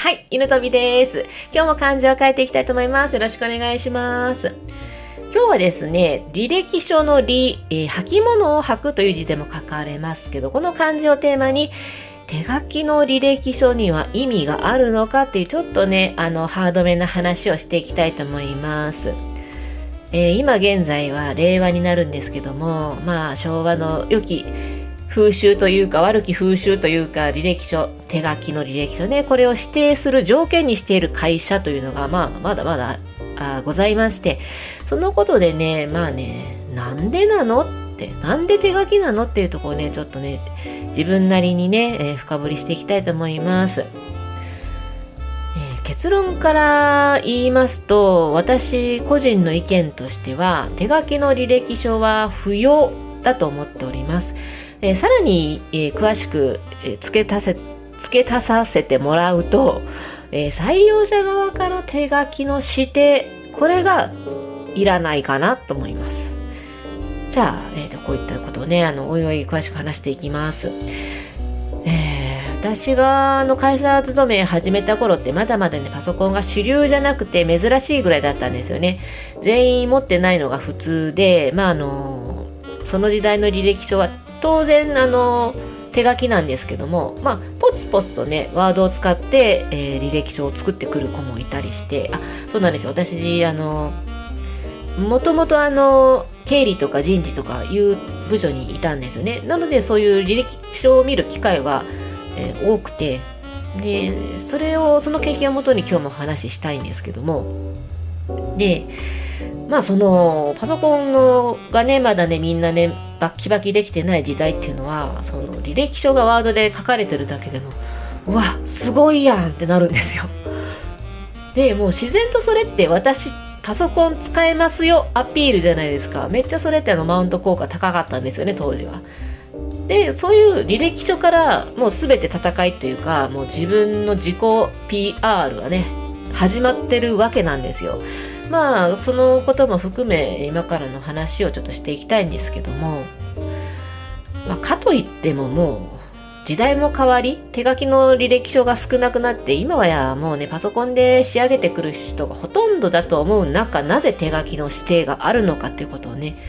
はい、犬飛びです。今日も漢字を変えていきたいと思います。よろしくお願いします。今日はですね、履歴書の履、履物を履くという字でも書かれますけど、この漢字をテーマに、手書きの履歴書には意味があるのかっていうちょっとね、ハードめな話をしていきたいと思います。今現在は令和になるんですけども、昭和の良き風習というか悪き風習というか履歴書、手書きの履歴書ね、これを指定する条件にしている会社というのがまだまだございまして、そのことでね、なんでなのって、なんで手書きなのっていうところをね、ちょっとね、自分なりにね、深掘りしていきたいと思います。結論から言いますと、私個人の意見としては、手書きの履歴書は不要だと思っております。さらに、詳しく、付け足させてもらうと、採用者側から手書きの指定、これがいらないかなと思います。じゃあ、こういったことをね、おいおい詳しく話していきます。私が会社勤め始めた頃ってまだまだね、パソコンが主流じゃなくて珍しいぐらいだったんですよね。全員持ってないのが普通で、その時代の履歴書は当然手書きなんですけども、ポツポツとねワードを使って、履歴書を作ってくる子もいたりして、そうなんですよ。私もともと経理とか人事とかいう部署にいたんですよね。なのでそういう履歴書を見る機会は、多くて、でその経験をもとに今日も話したいんですけども、でそのパソコンがねまだねみんなねバッキバキできてない時代っていうのは、その履歴書がワードで書かれてるだけでもうわすごいやんってなるんですよ。でもう自然とそれって私パソコン使えますよアピールじゃないですか。めっちゃそれってマウント効果高かったんですよね、当時は。でそういう履歴書からもう全て戦いというか、もう自分の自己 PR はね始まってるわけなんですよ。そのことも含め今からの話をちょっとしていきたいんですけども、かといってももう時代も変わり、手書きの履歴書が少なくなって、今はもうねパソコンで仕上げてくる人がほとんどだと思う中、なぜ手書きの指定があるのかっていうことをね、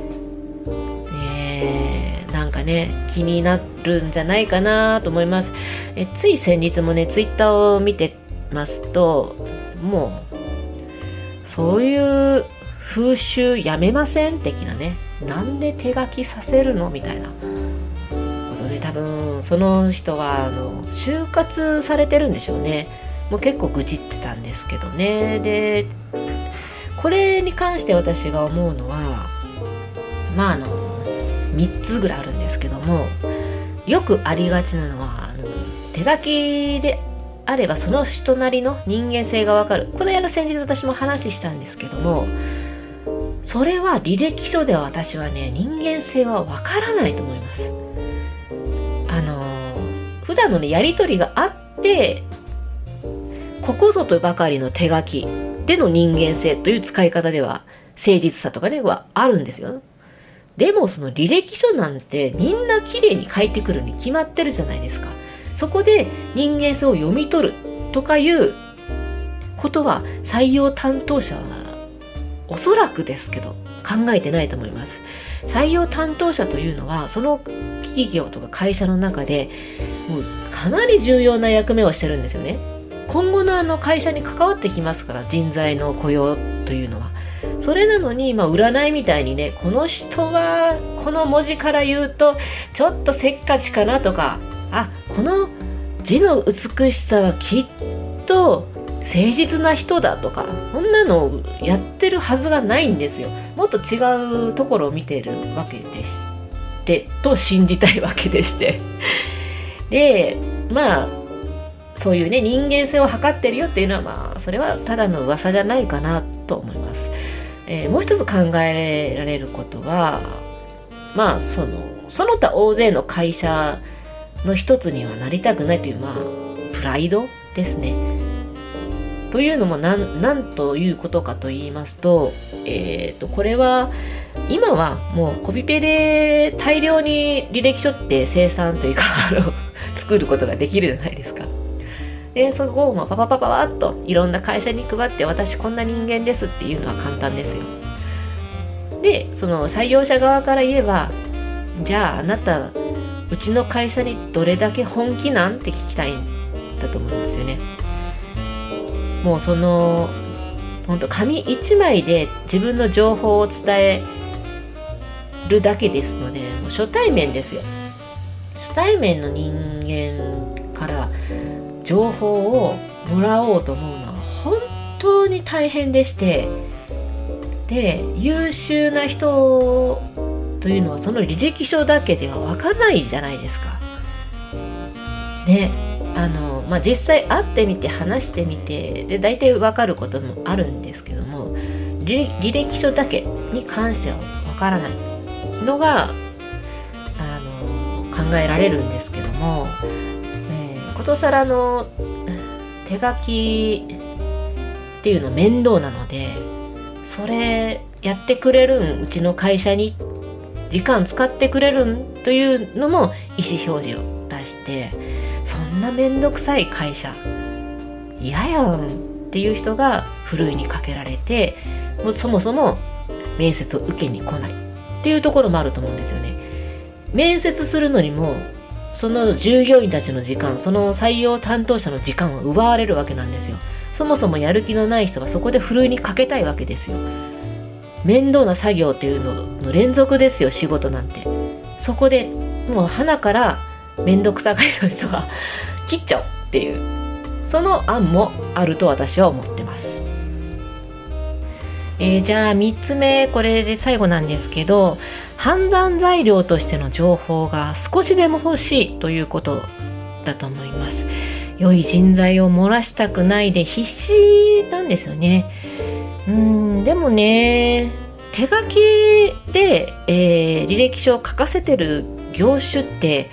気になるんじゃないかなと思います。つい先日もねツイッターを見てますと、もうそういう風習やめません的なね、なんで手書きさせるのみたいなことね、多分その人は就活されてるんでしょうね。もう結構愚痴ってたんですけどね。でこれに関して私が思うのは3つぐらいあるんですけども、よくありがちなのは手書きであればその人なりの人間性がわかる。これ先日私も話したんですけども、それは履歴書では私はね人間性はわからないと思います。普段のねやり取りがあって、ここぞとばかりの手書きでの人間性という使い方では誠実さとかねはあるんですよ。でもその履歴書なんてみんな綺麗に書いてくるに決まってるじゃないですか。そこで人間性を読み取るとかいうことは採用担当者はおそらくですけど考えてないと思います。採用担当者というのはその企業とか会社の中でもうかなり重要な役目をしてるんですよね。今後の会社に関わってきますから、人材の雇用というのは。それなのに、占いみたいにね、この人はこの文字から言うとちょっとせっかちかなとか、この字の美しさはきっと誠実な人だとか、こんなのやってるはずがないんですよ。もっと違うところを見てるわけでしてと信じたいわけでしてでそういうね人間性を測ってるよっていうのはそれはただの噂じゃないかなと思います。もう一つ考えられることはその他大勢の会社の一つにはなりたくないというプライドですね。というのもなんということかと言いますと、これは今はもうコピペで大量に履歴書って生産というか作ることができるじゃないですか。 でそこをパパパパパッといろんな会社に配って、私こんな人間ですっていうのは簡単ですよ。でその採用者側から言えば、じゃああなたうちの会社にどれだけ本気なんて聞きたいんだと思うんですよね。もうその本当紙一枚で自分の情報を伝えるだけですので、もう初対面ですよ。初対面の人間から情報をもらおうと思うのは本当に大変でして、で優秀な人というのはその履歴書だけでは分からないじゃないですかね。実際会ってみて話してみてで大体分かることもあるんですけども、履歴書だけに関しては分からないのが考えられるんですけども、ことさらの手書きっていうの面倒なので、それやってくれるん、うちの会社に時間使ってくれるんというのも意思表示を出して、そんなめんどくさい会社嫌やんっていう人がふるいにかけられて、もうそもそも面接を受けに来ないっていうところもあると思うんですよね。面接するのにもその従業員たちの時間、その採用担当者の時間を奪われるわけなんですよ。そもそもやる気のない人がそこでふるいにかけたいわけですよ。面倒な作業っていうのの連続ですよ、仕事なんて。そこでもう鼻から面倒くさがりの人が切っちゃおうっていう、その案もあると私は思ってます。じゃあ3つ目、これで最後なんですけど、判断材料としての情報が少しでも欲しいということだと思います。良い人材を漏らしたくないで必死なんですよね。でもね、手書きで、履歴書を書かせてる業種って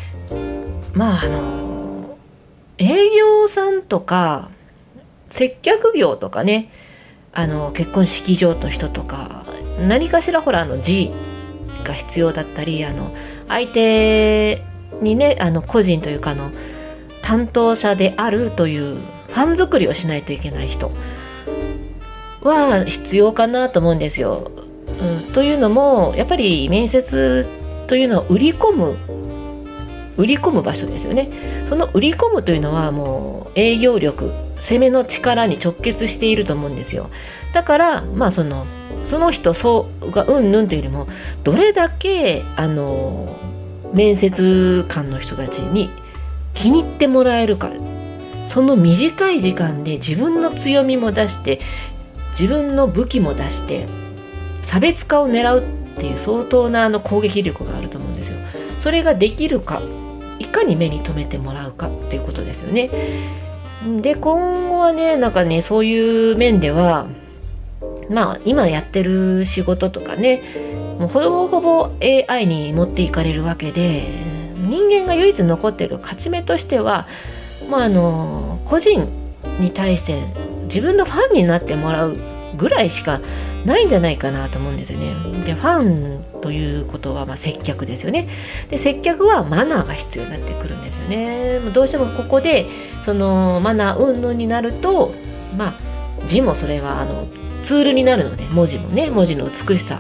営業さんとか接客業とかね、結婚式場の人とか何かしら字が必要だったり、相手にね個人というか担当者であるというファン作りをしないといけない人は必要かなと思うんですよ。というのもやっぱり面接というのは売り込む場所ですよね。その売り込むというのはもう営業力、攻めの力に直結していると思うんですよ。だからその人がうんぬんというよりも、どれだけ面接官の人たちに気に入ってもらえるか、その短い時間で自分の強みも出して自分の武器も出して差別化を狙うっていう相当な攻撃力があると思うんですよ。それができるか、いかに目に留めてもらうかっていうことですよね。で今後はねそういう面では今やってる仕事とかね、もうほぼほぼ AI に持っていかれるわけで、人間が唯一残っている勝ち目としては個人に対して自分のファンになってもらうぐらいしかないんじゃないかなと思うんですよね。でファンということは接客ですよね。で接客はマナーが必要になってくるんですよね。どうしてもここでそのマナー云々になると字もそれはツールになるので、文字もね、文字の美しさ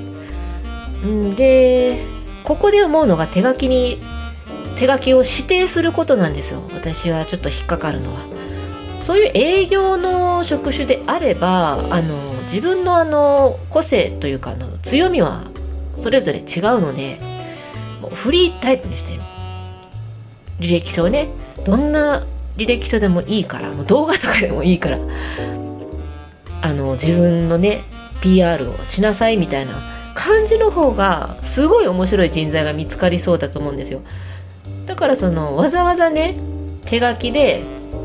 で、ここで思うのが手書きを指定することなんですよ。私はちょっと引っかかるのは、そういう営業の職種であれば自分の個性というか強みはそれぞれ違うので、もうフリータイプにして履歴書をね、どんな履歴書でもいいから、もう動画とかでもいいから自分のね PR をしなさいみたいな感じの方がすごい面白い人材が見つかりそうだと思うんですよ。だからわざわざね手書きで、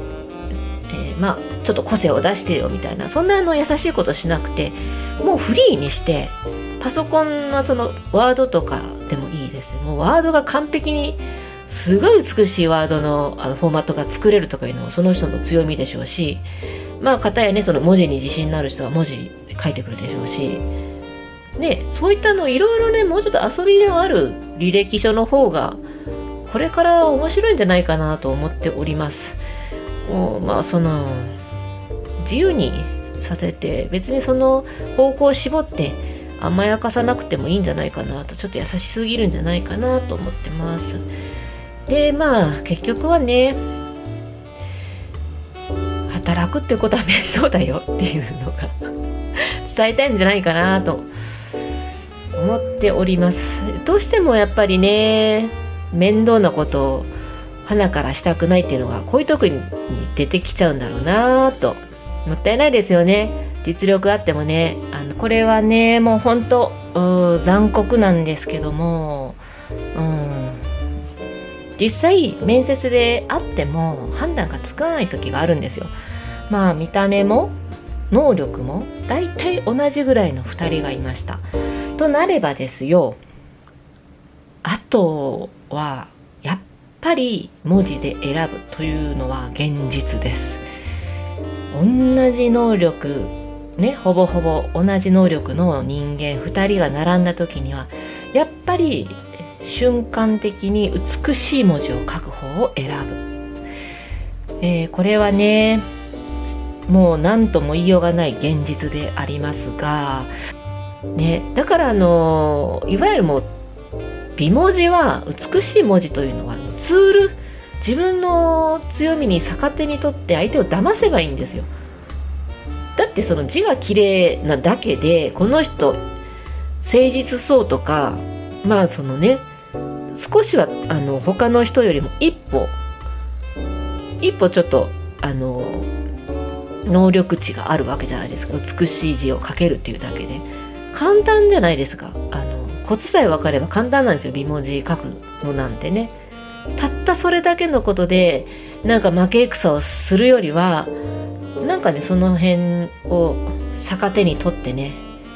ちょっと個性を出してよみたいな、そんな優しいことしなくて、もうフリーにしてパソコンのワードとかでもいいです。もうワードが完璧にすごい美しいワードのフォーマットが作れるとかいうのもその人の強みでしょうし、片やねその文字に自信のある人は文字書いてくるでしょうしね、そういったいろいろね、もうちょっと遊びのある履歴書の方がこれから面白いんじゃないかなと思っております。 その自由にさせて、別にその方向を絞って甘やかさなくてもいいんじゃないかなと、ちょっと優しすぎるんじゃないかなと思ってます。で結局はね、働くってことは面倒だよっていうのが伝えたいんじゃないかなと思っております。どうしてもやっぱりね、面倒なことを鼻からしたくないっていうのがこういう時に出てきちゃうんだろうなと。もったいないですよね。実力あってもね、これはね、もう本当残酷なんですけども、実際面接であっても判断がつかない時があるんですよ。見た目も能力もだいたい同じぐらいの2人がいましたとなればですよ、あとはやっぱり文字で選ぶというのは現実です。同じ能力ね、ほぼほぼ同じ能力の人間2人が並んだ時にはやっぱり瞬間的に美しい文字を書く方を選ぶ、これはね、もう何とも言いようがない現実でありますが、ね、だからいわゆるもう美文字は、美しい文字というのはツール、自分の強みに逆手にとって相手を騙せばいいんですよ。だってその字が綺麗なだけでこの人誠実そうとか、そのね、少しは他の人よりも一歩ちょっと能力値があるわけじゃないですか。美しい字を書けるっていうだけで簡単じゃないですか。コツさえ分かれば簡単なんですよ、美文字書くのなんてね。たったそれだけのことで負け戦をするよりは、その辺を逆手に取ってね、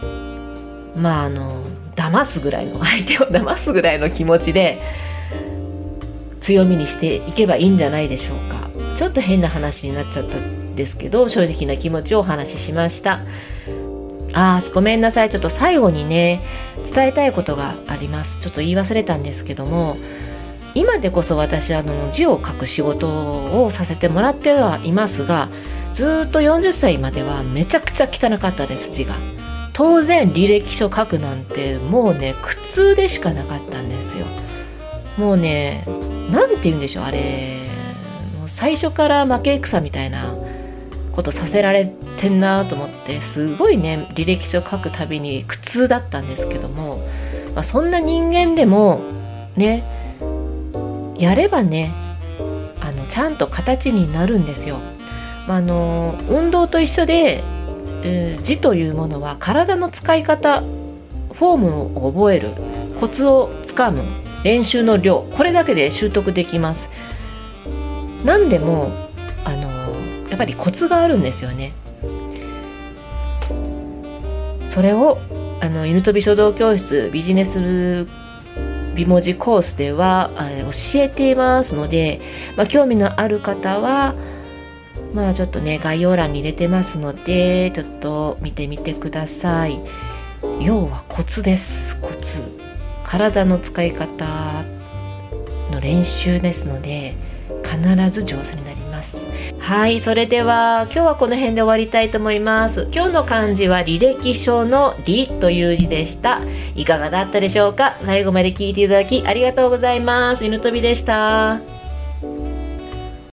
騙すぐらいの、相手を騙すぐらいの気持ちで強みにしていけばいいんじゃないでしょうか。ちょっと変な話になっちゃったんですけど、正直な気持ちをお話ししました。ごめんなさい。ちょっと最後にね、伝えたいことがあります。ちょっと言い忘れたんですけども、今でこそ私字を書く仕事をさせてもらってはいますが、ずっと40歳まではめちゃくちゃ汚かったです、字が。当然履歴書書くなんてもうね、苦痛でしかなかったんですよ。もうね、なんて言うんでしょう、あれもう最初から負け戦みたいなことさせられてんなと思って、すごいね、履歴書書くたびに苦痛だったんですけども、そんな人間でもね、やればね、ちゃんと形になるんですよ。運動と一緒で、字というものは体の使い方、フォームを覚える、コツをつかむ、練習の量、これだけで習得できます。何でもやっぱりコツがあるんですよね。それを犬飛び書道教室ビジネス美文字コースでは教えていますので、興味のある方はちょっとね、概要欄に入れてますので、ちょっと見てみてください。要はコツです。コツ、体の使い方の練習ですので、必ず上手になります。はい、それでは今日はこの辺で終わりたいと思います。今日の漢字は履歴書の履という字でした。いかがだったでしょうか。最後まで聞いていただきありがとうございます。犬飛びでした。